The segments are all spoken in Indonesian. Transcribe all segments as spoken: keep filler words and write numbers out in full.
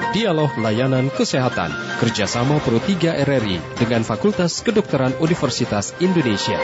Dialog Layanan Kesehatan, kerjasama Pro tiga R R I dengan Fakultas Kedokteran Universitas Indonesia.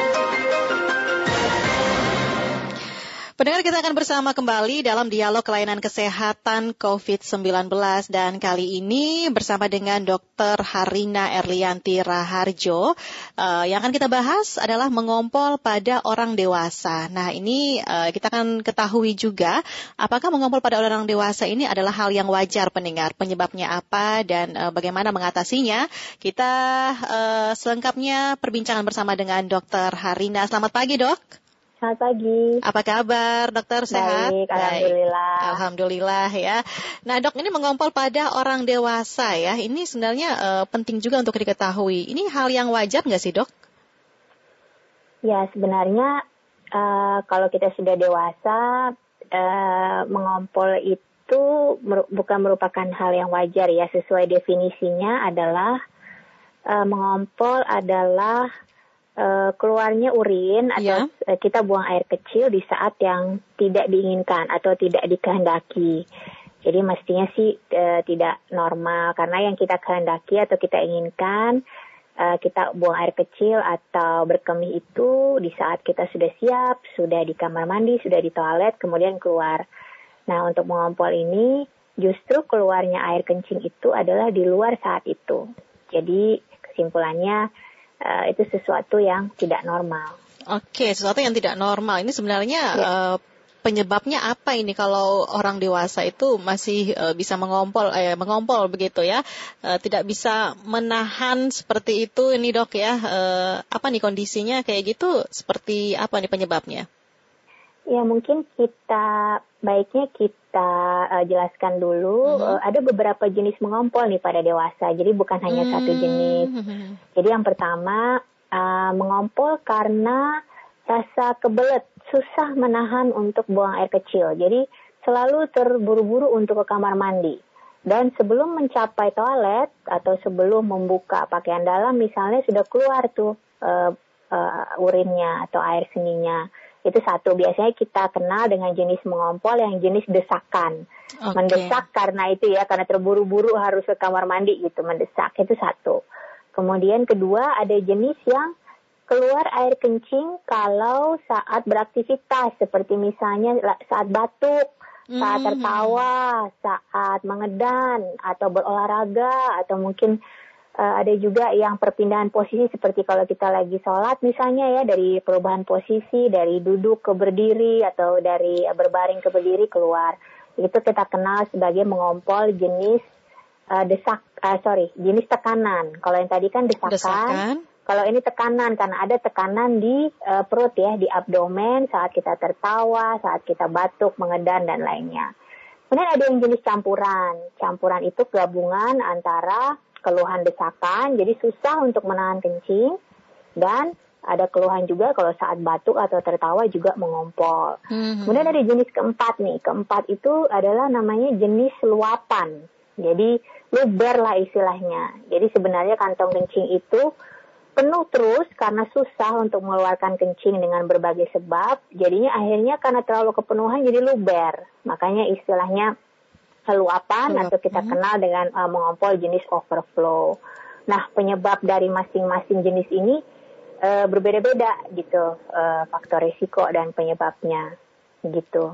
Pendengar, kita akan bersama kembali dalam dialog layanan kesehatan covid sembilan belas dan kali ini bersama dengan dokter Harina Erlianti Raharjo. Uh, yang akan kita bahas adalah mengompol pada orang dewasa. Nah, ini uh, kita akan ketahui juga apakah mengompol pada orang dewasa ini adalah hal yang wajar, pendengar. Penyebabnya apa dan uh, bagaimana mengatasinya? Kita uh, selengkapnya perbincangan bersama dengan dokter Harina. Selamat pagi, Dok. Selamat pagi. Apa kabar, dokter? Sehat? Baik, alhamdulillah. Baik. Alhamdulillah ya. Nah, dok, ini mengompol pada orang dewasa ya. Ini sebenarnya uh, penting juga untuk diketahui. Ini hal yang wajar nggak sih, dok? Ya, sebenarnya uh, kalau kita sudah dewasa, uh, mengompol itu mer- bukan merupakan hal yang wajar ya. Sesuai definisinya adalah uh, mengompol adalah Uh, keluarnya urin atau yeah. uh, kita buang air kecil di saat yang tidak diinginkan atau tidak dikehendaki. Jadi mestinya sih uh, tidak normal, karena yang kita kehendaki atau kita inginkan uh, kita buang air kecil atau berkemih itu di saat kita sudah siap, sudah di kamar mandi, sudah di toilet, kemudian keluar. Nah, untuk mengompol ini justru keluarnya air kencing itu adalah di luar saat itu. Jadi kesimpulannya Uh, itu sesuatu yang tidak normal. Oke, sesuatu yang tidak normal. Ini sebenarnya ya. uh, penyebabnya apa ini kalau orang dewasa itu masih uh, bisa mengompol, eh, mengompol begitu ya? Uh, tidak bisa menahan seperti itu ini, dok ya? Uh, apa nih kondisinya kayak gitu? Seperti apa nih penyebabnya? Ya, mungkin kita baiknya kita uh, jelaskan dulu. Mm-hmm. Uh, ada beberapa jenis mengompol nih pada dewasa. Jadi bukan hanya mm-hmm. satu jenis. Jadi yang pertama uh, mengompol karena rasa kebelet, susah menahan untuk buang air kecil. Jadi selalu terburu-buru untuk ke kamar mandi. Dan sebelum mencapai toilet atau sebelum membuka pakaian dalam misalnya sudah keluar tuh uh, uh, urinnya atau air seninya. Itu satu, biasanya kita kenal dengan jenis mengompol yang jenis desakan. Okay. Mendesak karena itu ya, karena terburu-buru harus ke kamar mandi gitu, mendesak. Itu satu. Kemudian kedua, ada jenis yang keluar air kencing kalau saat beraktivitas. Seperti misalnya saat batuk, saat tertawa, saat mengedan, atau berolahraga, atau mungkin Uh, ada juga yang perpindahan posisi seperti kalau kita lagi sholat misalnya ya, dari perubahan posisi dari duduk ke berdiri atau dari uh, berbaring ke berdiri keluar. Itu kita kenal sebagai mengompol jenis uh, desak, uh, sorry, jenis tekanan. Kalau yang tadi kan desakan, desakan. Kalau ini tekanan karena ada tekanan di uh, perut ya, di abdomen saat kita tertawa, saat kita batuk, mengedan dan lainnya. Kemudian ada yang jenis campuran. Campuran itu gabungan antara keluhan desakan, jadi susah untuk menahan kencing, dan ada keluhan juga kalau saat batuk atau tertawa juga mengompol. Mm-hmm. Kemudian ada jenis keempat nih, keempat itu adalah namanya jenis luapan, jadi luber lah istilahnya. Jadi sebenarnya kantong kencing itu penuh terus karena susah untuk mengeluarkan kencing dengan berbagai sebab, jadinya akhirnya karena terlalu kepenuhan jadi luber, makanya istilahnya luapan atau kita kenal dengan uh, mengompol jenis overflow. Nah, penyebab dari masing-masing jenis ini uh, berbeda-beda gitu, uh, faktor risiko dan penyebabnya gitu.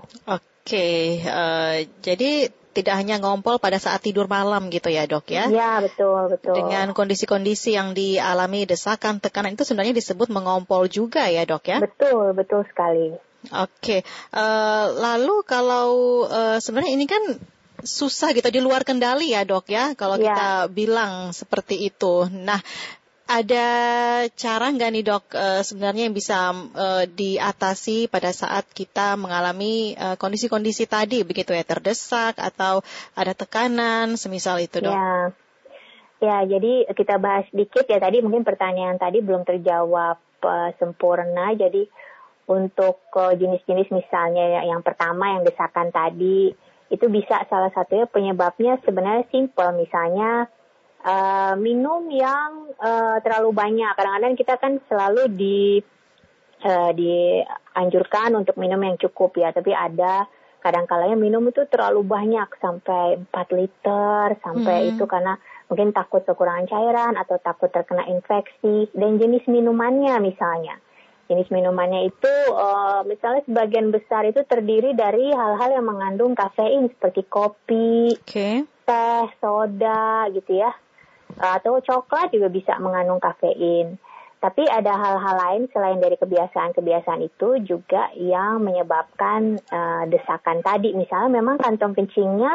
Oke, uh, jadi tidak hanya ngompol pada saat tidur malam gitu ya, dok ya? Iya, betul, betul. Dengan kondisi-kondisi yang dialami desakan, tekanan itu sebenarnya disebut mengompol juga ya, dok ya? Betul, betul sekali. Oke, uh, lalu kalau uh, sebenarnya ini kan susah gitu, di luar kendali ya, dok ya, kalau ya. Kita bilang seperti itu. Nah, ada cara nggak nih, dok, uh, sebenarnya yang bisa uh, diatasi pada saat kita mengalami uh, kondisi-kondisi tadi, begitu ya, terdesak atau ada tekanan, semisal itu, dok? Ya, ya jadi kita bahas sedikit ya, tadi mungkin pertanyaan tadi belum terjawab uh, sempurna, jadi untuk uh, jenis-jenis misalnya yang pertama yang desakan tadi, itu bisa salah satunya penyebabnya sebenarnya simpel, misalnya uh, minum yang uh, terlalu banyak. Kadang-kadang kita kan selalu di uh, dianjurkan untuk minum yang cukup ya, tapi ada kadang-kalanya minum itu terlalu banyak sampai empat liter sampai hmm. itu karena mungkin takut kekurangan cairan atau takut terkena infeksi. Dan jenis minumannya misalnya. Jenis minumannya itu uh, misalnya sebagian besar itu terdiri dari hal-hal yang mengandung kafein seperti kopi, okay. teh, soda gitu ya. Uh, atau coklat juga bisa mengandung kafein. Tapi ada hal-hal lain selain dari kebiasaan-kebiasaan itu juga yang menyebabkan uh, desakan tadi. Misalnya memang kantong kencingnya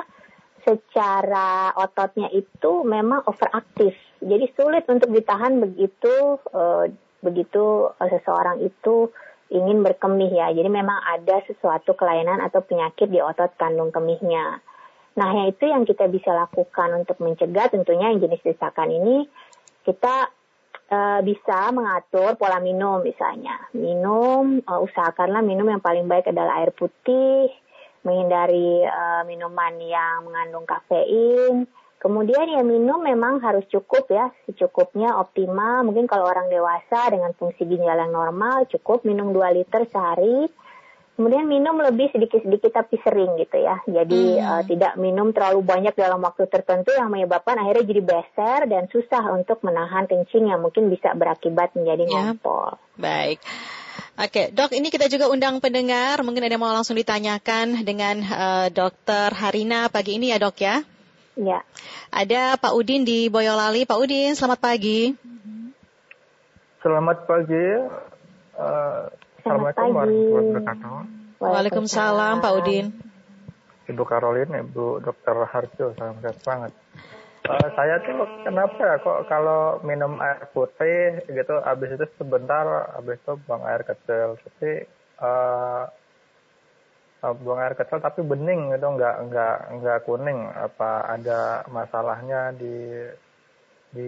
secara ototnya itu memang overaktif. Jadi sulit untuk ditahan begitu uh, begitu uh, seseorang itu ingin berkemih ya. Jadi memang ada sesuatu kelainan atau penyakit di otot kandung kemihnya. Nah, yang itu yang kita bisa lakukan untuk mencegah tentunya yang jenis desakan ini kita Uh, bisa mengatur pola minum misalnya. Minum, uh, usahakanlah minum yang paling baik adalah air putih, menghindari uh, minuman yang mengandung kafein. Kemudian ya minum memang harus cukup ya, secukupnya optimal. Mungkin kalau orang dewasa dengan fungsi ginjal yang normal cukup minum dua liter sehari. Kemudian minum lebih sedikit-sedikit tapi sering gitu ya. Jadi hmm. uh, tidak minum terlalu banyak dalam waktu tertentu yang menyebabkan akhirnya jadi beser dan susah untuk menahan kencing yang mungkin bisa berakibat menjadi ya. ngompol. Baik. Oke, Dok, ini kita juga undang pendengar. Mungkin ada yang mau langsung ditanyakan dengan uh, Dokter Harina pagi ini ya, Dok ya? Ya. Ada Pak Udin di Boyolali. Pak Udin, selamat pagi. Selamat pagi. Uh... Assalamualaikum warahmatullahi wabarakatuh. Waalaikumsalam Pak Udin. Ibu Caroline, Ibu Dokter Harjo, salam sehat banget. Uh, saya tuh kenapa ya kok kalau minum air putih gitu, habis itu sebentar, habis itu buang air kecil, tapi uh, buang air kecil tapi bening gitu, nggak nggak nggak kuning. Apa ada masalahnya di di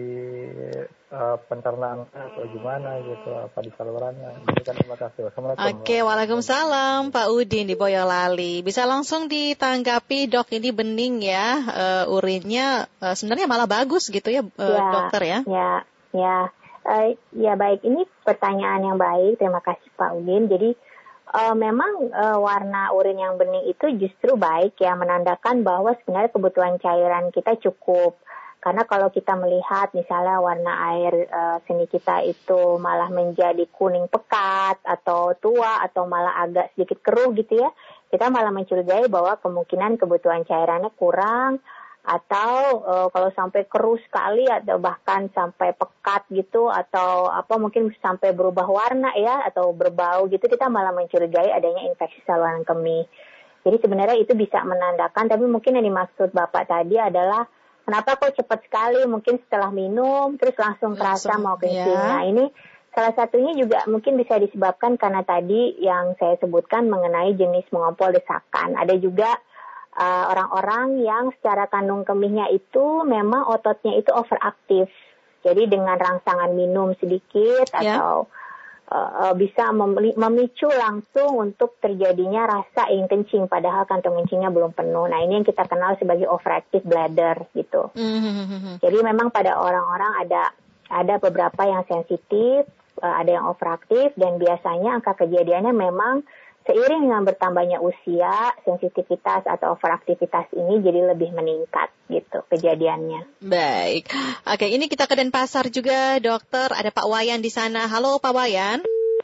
uh, pencernaan atau gimana gitu, apa di salurannya? Terima kasih. Assalamualaikum. Oke, waalaikumsalam Pak Udin di Boyolali. Bisa langsung ditanggapi, Dok, ini bening ya, uh, urinnya uh, sebenarnya malah bagus gitu ya, uh, ya dokter ya? Ya, ya, uh, ya baik. Ini pertanyaan yang baik. Terima kasih Pak Udin. Jadi uh, memang uh, warna urin yang bening itu justru baik ya, menandakan bahwa sebenarnya kebutuhan cairan kita cukup. Karena kalau kita melihat misalnya warna air uh, seni kita itu malah menjadi kuning pekat atau tua atau malah agak sedikit keruh gitu ya, kita malah mencurigai bahwa kemungkinan kebutuhan cairannya kurang atau uh, kalau sampai keruh sekali atau bahkan sampai pekat gitu atau apa mungkin sampai berubah warna ya atau berbau gitu, kita malah mencurigai adanya infeksi saluran kemih. Jadi sebenarnya itu bisa menandakan, tapi mungkin yang dimaksud Bapak tadi adalah kenapa kok cepat sekali, mungkin setelah minum, terus langsung terasa mau kencing. Ya. Nah ini salah satunya juga mungkin bisa disebabkan karena tadi yang saya sebutkan mengenai jenis mengompol desakan. Ada juga uh, orang-orang yang secara kandung kemihnya itu memang ototnya itu overaktif. Jadi dengan rangsangan minum sedikit ya. atau uh, bisa memicu langsung untuk terjadinya rasa ingin kencing padahal kantong kencingnya belum penuh. Nah ini yang kita kenal sebagai overactive bladder gitu. Mm-hmm. Jadi memang pada orang-orang ada ada beberapa yang sensitif, uh, ada yang overaktif dan biasanya angka kejadiannya memang seiring dengan bertambahnya usia, sensitivitas atau overaktivitas ini jadi lebih meningkat gitu kejadiannya. Baik. Oke, ini kita ke Denpasar juga, Dokter. Ada Pak Wayan di sana. Halo Pak Wayan.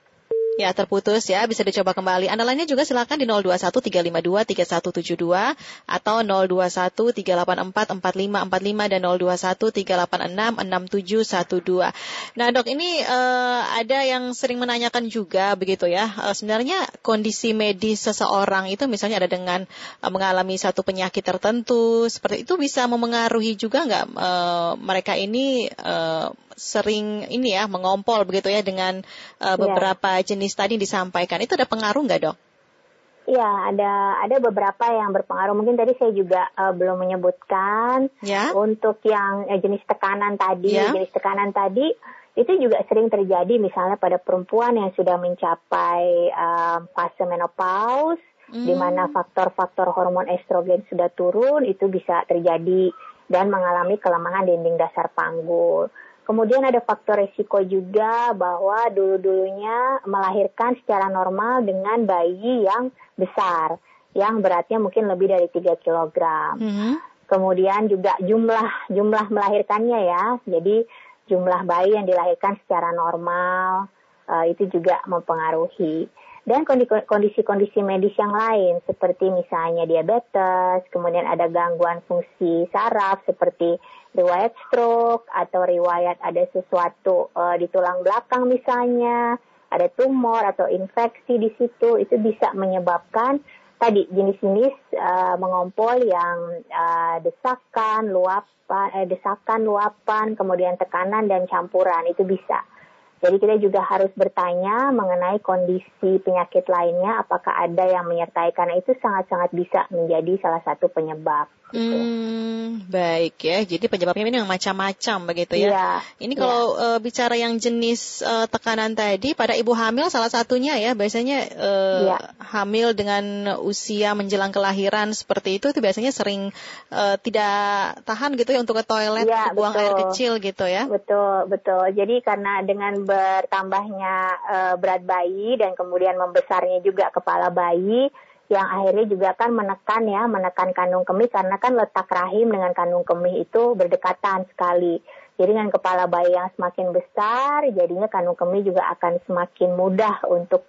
Ya, terputus ya, bisa dicoba kembali. Anda lainnya juga silakan di nol dua satu tiga lima dua tiga satu tujuh dua atau nol dua satu tiga delapan empat empat lima empat lima dan nol dua satu tiga delapan enam enam tujuh satu dua. Nah, Dok, ini uh, ada yang sering menanyakan juga begitu ya. Uh, sebenarnya kondisi medis seseorang itu misalnya ada dengan uh, mengalami satu penyakit tertentu, seperti itu bisa memengaruhi juga nggak uh, mereka ini uh, sering ini ya mengompol begitu ya dengan uh, beberapa ya. jenis tadi disampaikan, itu ada pengaruh nggak, Dok? Iya, ada ada beberapa yang berpengaruh. Mungkin tadi saya juga uh, belum menyebutkan ya. Untuk yang uh, jenis tekanan tadi, ya. jenis tekanan tadi itu juga sering terjadi misalnya pada perempuan yang sudah mencapai uh, fase menopause, hmm. di mana faktor-faktor hormon estrogen sudah turun, itu bisa terjadi dan mengalami kelemahan dinding dasar panggul. Kemudian ada faktor resiko juga bahwa dulu-dulunya melahirkan secara normal dengan bayi yang besar. yang beratnya mungkin lebih dari tiga kilogram. Mm-hmm. Kemudian juga jumlah jumlah melahirkannya ya. Jadi jumlah bayi yang dilahirkan secara normal uh, itu juga mempengaruhi. Dan kondisi-kondisi medis yang lain seperti misalnya diabetes, kemudian ada gangguan fungsi saraf seperti riwayat stroke atau riwayat ada sesuatu uh, di tulang belakang misalnya, ada tumor atau infeksi di situ, itu bisa menyebabkan tadi jenis-jenis uh, mengompol yang uh, desakan, luapan, eh, desakan, luapan, kemudian tekanan dan campuran itu bisa. Jadi kita juga harus bertanya mengenai kondisi penyakit lainnya, apakah ada yang menyertai, karena itu sangat-sangat bisa menjadi salah satu penyebab. Gitu. Hmm, baik ya, jadi penyebabnya ini yang macam-macam begitu ya. Iya, ini kalau iya. uh, bicara yang jenis uh, tekanan tadi, pada ibu hamil salah satunya ya, biasanya uh, iya. hamil dengan usia menjelang kelahiran seperti itu, itu biasanya sering uh, tidak tahan gitu ya untuk ke toilet, iya, buang air kecil gitu ya. Betul, betul. Jadi karena dengan bertambahnya uh, berat bayi dan kemudian membesarnya juga kepala bayi, yang akhirnya juga kan menekan ya, menekan kandung kemih, karena kan letak rahim dengan kandung kemih itu berdekatan sekali. Jadi dengan kepala bayi yang semakin besar, jadinya kandung kemih juga akan semakin mudah untuk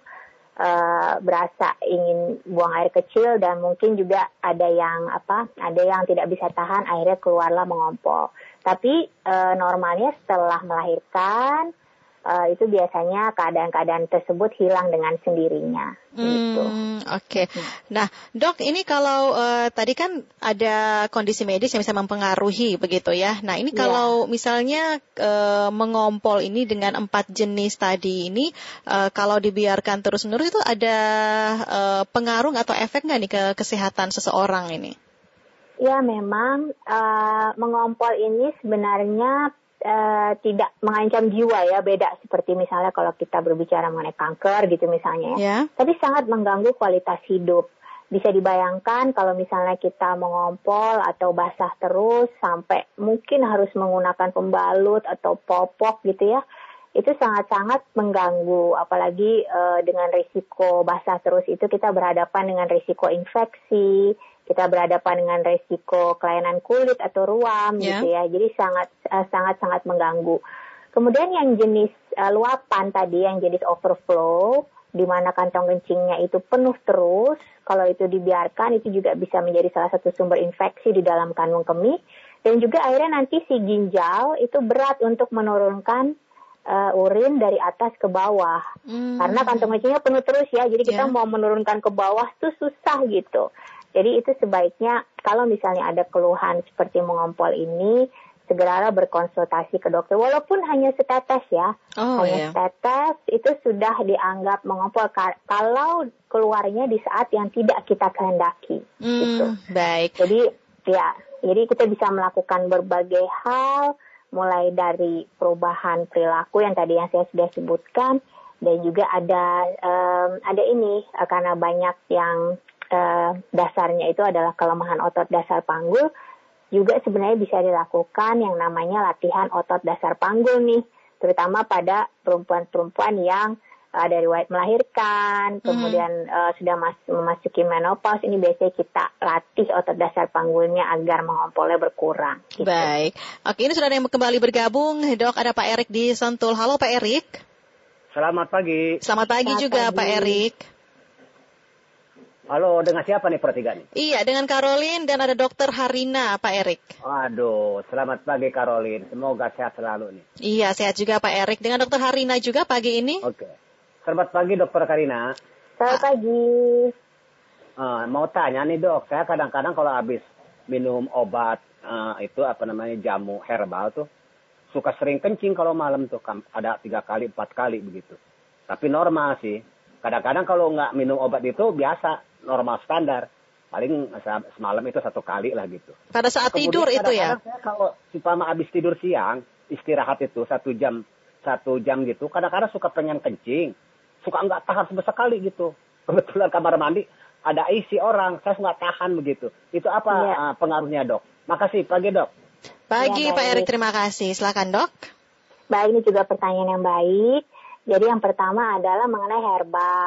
uh, berasa ingin buang air kecil, dan mungkin juga ada yang apa, ada yang tidak bisa tahan, akhirnya keluarlah mengompol. Tapi uh, normalnya setelah melahirkan, Uh, itu biasanya keadaan-keadaan tersebut hilang dengan sendirinya. Hmm, gitu. Oke. Okay. Nah, dok, ini kalau uh, tadi kan ada kondisi medis yang bisa mempengaruhi begitu ya. Nah, ini kalau ya. misalnya uh, mengompol ini dengan empat jenis tadi ini, uh, kalau dibiarkan terus-menerus itu ada uh, pengaruh atau efek nggak nih ke kesehatan seseorang ini? Ya, memang uh, mengompol ini sebenarnya Uh, tidak mengancam jiwa ya, beda seperti misalnya kalau kita berbicara mengenai kanker gitu misalnya ya. Yeah. Tapi sangat mengganggu kualitas hidup. Bisa dibayangkan kalau misalnya kita mengompol atau basah terus sampai mungkin harus menggunakan pembalut atau popok gitu ya. Itu sangat-sangat mengganggu, apalagi uh, dengan risiko basah terus itu kita berhadapan dengan risiko infeksi, kita berhadapan dengan risiko kelainan kulit atau ruam yeah. gitu ya. Jadi sangat uh, sangat sangat mengganggu. Kemudian yang jenis uh, luapan tadi, yang jenis overflow, di mana kantong kencingnya itu penuh terus, kalau itu dibiarkan itu juga bisa menjadi salah satu sumber infeksi di dalam kandung kemih, dan juga akhirnya nanti si ginjal itu berat untuk menurunkan Uh, urin dari atas ke bawah, hmm. karena kantong kencingnya penuh terus ya, jadi kita yeah. mau menurunkan ke bawah tuh susah gitu. Jadi itu sebaiknya kalau misalnya ada keluhan seperti mengompol ini, segeralah berkonsultasi ke dokter, walaupun hanya setetes ya, oh, hanya yeah. setetes itu sudah dianggap mengompol kalau keluarnya di saat yang tidak kita kehendaki. Hmm, gitu. Baik. Jadi ya, jadi kita bisa melakukan berbagai hal, mulai dari perubahan perilaku yang tadi yang saya sudah sebutkan, dan juga ada um, ada ini karena banyak yang uh, dasarnya itu adalah kelemahan otot dasar panggul, juga sebenarnya bisa dilakukan yang namanya latihan otot dasar panggul nih, terutama pada perempuan-perempuan yang ada riwayat melahirkan, kemudian hmm. uh, sudah mas- memasuki menopause, ini biasanya kita latih otot dasar panggulnya agar mengompolnya berkurang. Gitu. Baik. Oke, ini sudah ada yang kembali bergabung, dok, ada Pak Erik di Sentul. Halo Pak Erik. Selamat pagi. Selamat pagi Selamat juga pagi. Pak Erik. Halo, dengan siapa nih pertiga nih? Iya, dengan Caroline dan ada dokter Harina, Pak Erik. Aduh, selamat pagi Caroline. Semoga sehat selalu nih. Iya, sehat juga Pak Erik. Dengan dokter Harina juga pagi ini. Oke. Selamat pagi dokter Karina. Selamat pagi. Uh, mau tanya nih dok, saya kadang-kadang kalau habis minum obat uh, itu apa namanya jamu herbal tuh, suka sering kencing kalau malam tuh, ada tiga kali, empat kali begitu. Tapi normal sih. Kadang-kadang kalau nggak minum obat itu biasa, normal standar. Paling semalam itu satu kali lah gitu. Pada saat kemudian tidur itu ya? Saya kalau seumpama habis tidur siang, istirahat itu satu jam, satu jam gitu, kadang-kadang suka pengen kencing. Suka nggak tahan sekali gitu. Kebetulan kamar mandi ada isi orang, saya nggak tahan begitu. Itu apa ya. uh, pengaruhnya dok? Makasih, pagi dok. Pagi ya, Pak Erik, terima kasih. Silakan dok. Baik, ini juga pertanyaan yang baik. Jadi yang pertama adalah mengenai herbal.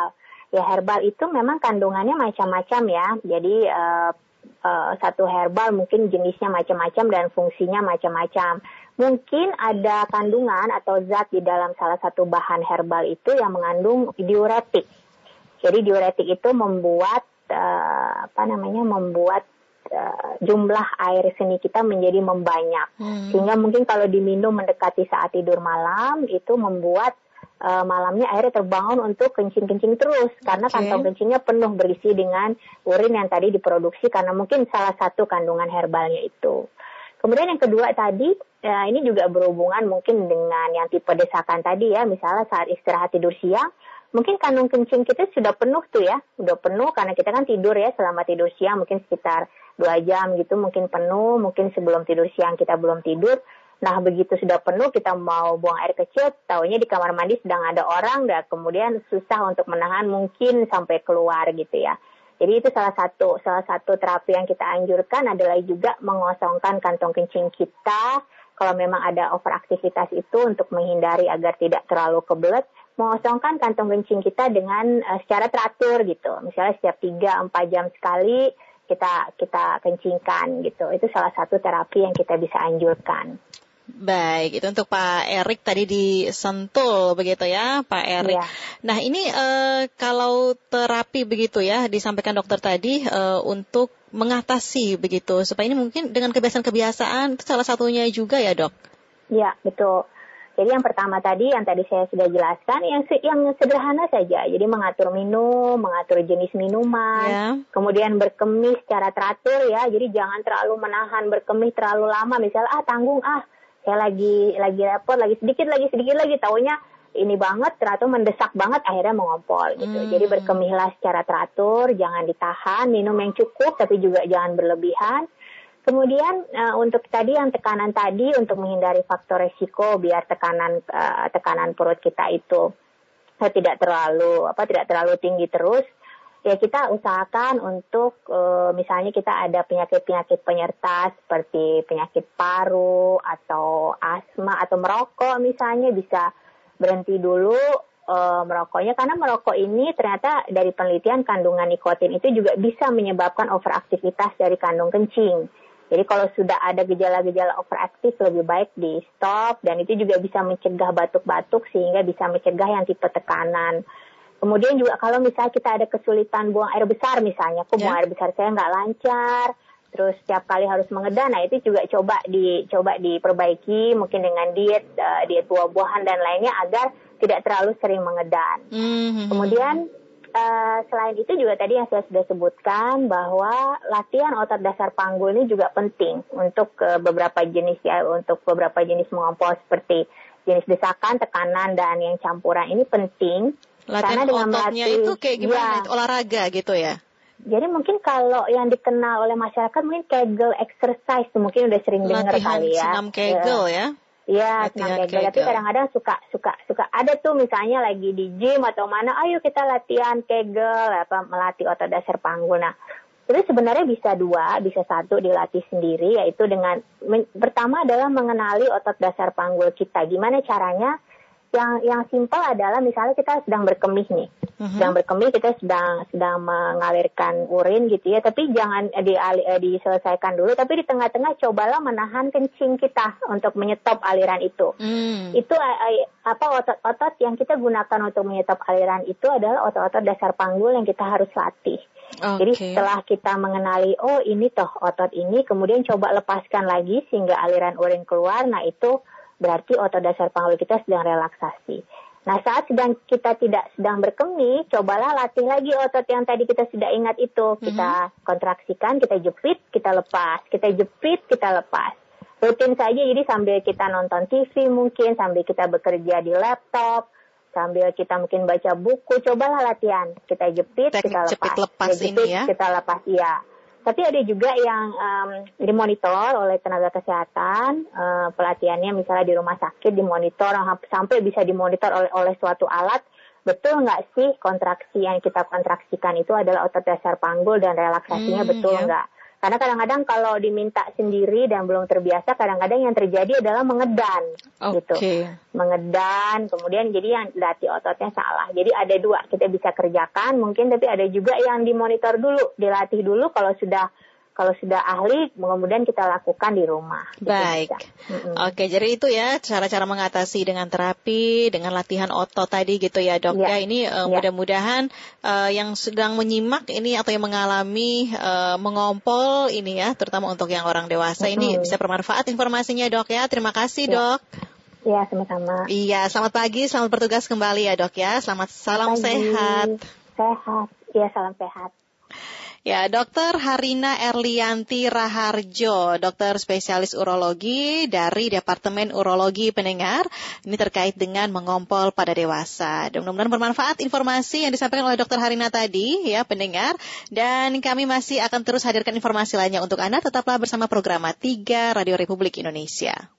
Ya herbal itu memang kandungannya macam-macam ya. Jadi uh, uh, satu herbal mungkin jenisnya macam-macam dan fungsinya macam-macam. Mungkin ada kandungan atau zat di dalam salah satu bahan herbal itu yang mengandung diuretik. Jadi diuretik itu membuat uh, apa namanya membuat uh, jumlah air seni kita menjadi membanyak. Hmm. Sehingga mungkin kalau diminum mendekati saat tidur malam itu membuat uh, malamnya airnya terbangun untuk kencing-kencing terus karena okay. kantong kencingnya penuh berisi dengan urin yang tadi diproduksi karena mungkin salah satu kandungan herbalnya itu. Kemudian yang kedua tadi, ya ini juga berhubungan mungkin dengan yang tipe desakan tadi ya, misalnya saat istirahat tidur siang, mungkin kantong kencing kita sudah penuh tuh ya, sudah penuh karena kita kan tidur ya selama tidur siang mungkin sekitar dua jam gitu mungkin penuh, mungkin sebelum tidur siang kita belum tidur. Nah begitu sudah penuh kita mau buang air kecil, taunya di kamar mandi sedang ada orang, dan kemudian susah untuk menahan mungkin sampai keluar gitu ya. Jadi itu salah satu salah satu terapi yang kita anjurkan adalah juga mengosongkan kantong kencing kita. Kalau memang ada overaktivitas itu untuk menghindari agar tidak terlalu kebelet, mengosongkan kantong kencing kita dengan uh, secara teratur gitu. Misalnya setiap tiga sampai empat jam sekali kita kita kencingkan gitu. Itu salah satu terapi yang kita bisa anjurkan. Baik, itu untuk Pak Erik tadi di Sentul begitu ya, Pak Erik. Ya. Nah ini uh, kalau terapi begitu ya, disampaikan dokter tadi uh, untuk mengatasi begitu, supaya ini mungkin dengan kebiasaan-kebiasaan itu salah satunya juga ya dok? Ya betul. Jadi yang pertama tadi, yang tadi saya sudah jelaskan, yang yang sederhana saja. Jadi mengatur minum, mengatur jenis minuman, ya. Kemudian berkemih secara teratur ya. Jadi jangan terlalu menahan berkemih terlalu lama. Misalnya ah tanggung ah. Saya lagi lagi repot, lagi sedikit lagi sedikit lagi, taunya ini banget, ternyata mendesak banget, akhirnya mengompol gitu. Hmm. Jadi berkemihlah secara teratur, jangan ditahan, minum yang cukup tapi juga jangan berlebihan. Kemudian uh, untuk tadi yang tekanan tadi untuk menghindari faktor resiko biar tekanan uh, tekanan perut kita itu uh, tidak terlalu apa tidak terlalu tinggi terus. Ya kita usahakan untuk e, misalnya kita ada penyakit-penyakit penyerta seperti penyakit paru atau asma atau merokok misalnya bisa berhenti dulu e, merokoknya karena merokok ini ternyata dari penelitian kandungan nikotin itu juga bisa menyebabkan overaktivitas dari kantong kencing. Jadi kalau sudah ada gejala-gejala overaktif lebih baik di stop dan itu juga bisa mencegah batuk-batuk sehingga bisa mencegah yang tipe tekanan. Kemudian juga kalau misalnya kita ada kesulitan buang air besar misalnya, aku buang yeah. air besar saya nggak lancar, terus setiap kali harus mengedan, nah itu juga coba di coba diperbaiki mungkin dengan diet uh, diet buah-buahan dan lainnya agar tidak terlalu sering mengedan. Mm-hmm. Kemudian uh, selain itu juga tadi yang saya sudah sebutkan bahwa latihan otot dasar panggul ini juga penting untuk uh, beberapa jenis ya, untuk beberapa jenis mengompol seperti jenis desakan, tekanan dan yang campuran ini penting. Latihan ototnya melatih, itu kayak gimana? Ya. Olahraga gitu ya? Jadi mungkin kalau yang dikenal oleh masyarakat mungkin Kegel exercise, mungkin udah sering dengar kali ya. Senam Kegel ya? Iya, senam Kegel. Tapi kadang-kadang suka suka suka ada tuh misalnya lagi di gym atau mana, ayo kita latihan Kegel, apa melatih otot dasar panggul. Nah, itu sebenarnya bisa dua, bisa satu dilatih sendiri, yaitu dengan men, pertama adalah mengenali otot dasar panggul kita. Gimana caranya? Yang yang simpel adalah misalnya kita sedang berkemih nih, uh-huh. sedang berkemih kita sedang sedang mengalirkan urin gitu ya, tapi jangan di, eh, diselesaikan dulu, tapi di tengah-tengah cobalah menahan kencing kita untuk menyetop aliran itu. Hmm. Itu eh, apa otot-otot yang kita gunakan untuk menyetop aliran itu adalah otot-otot dasar panggul yang kita harus latih. Okay. Jadi setelah kita mengenali oh ini toh otot ini, kemudian coba lepaskan lagi sehingga aliran urin keluar, nah itu berarti otot dasar panggul kita sedang relaksasi. Nah saat sedang kita tidak sedang berkemih, cobalah latih lagi otot yang tadi kita sudah ingat itu. Kita mm-hmm. kontraksikan, kita jepit, kita lepas. Kita jepit, kita lepas. Rutin saja, jadi sambil kita nonton T V mungkin, sambil kita bekerja di laptop, sambil kita mungkin baca buku, cobalah latihan. Kita jepit, Teknik kita lepas. Jepit lepas kita ini jepit, ya? Kita lepas, iya. Tapi ada juga yang um, dimonitor oleh tenaga kesehatan, uh, pelatihannya misalnya di rumah sakit dimonitor, sampai bisa dimonitor oleh, oleh suatu alat, betul nggak sih kontraksi yang kita kontraksikan itu adalah otot dasar panggul dan relaksasinya hmm, betul yeah. nggak? Karena kadang-kadang kalau diminta sendiri dan belum terbiasa, kadang-kadang yang terjadi adalah mengedan, Oke. gitu. Mengedan, kemudian jadi yang latih ototnya salah. Jadi ada dua, kita bisa kerjakan mungkin, tapi ada juga yang dimonitor dulu, dilatih dulu kalau sudah kalau sudah ahli, kemudian kita lakukan di rumah. Baik. Oke, jadi itu ya cara-cara mengatasi dengan terapi, dengan latihan otot tadi gitu ya dok. Ya, ya ini uh, ya. mudah-mudahan uh, yang sedang menyimak ini atau yang mengalami uh, mengompol ini ya, terutama untuk yang orang dewasa mm-hmm. ini bisa bermanfaat informasinya dok ya. Terima kasih ya. dok. Iya, sama-sama. Iya, selamat pagi, selamat bertugas kembali ya dok ya. Selamat salam selamat sehat. Sehat, iya salam sehat. Ya, Dokter Harina Erlianti Raharjo, dokter spesialis urologi dari Departemen Urologi Pendengar. Ini terkait dengan mengompol pada dewasa. Dan mudah-mudahan bermanfaat informasi yang disampaikan oleh Dokter Harina tadi, ya pendengar. Dan kami masih akan terus hadirkan informasi lainnya untuk Anda. Tetaplah bersama program tiga Radio Republik Indonesia.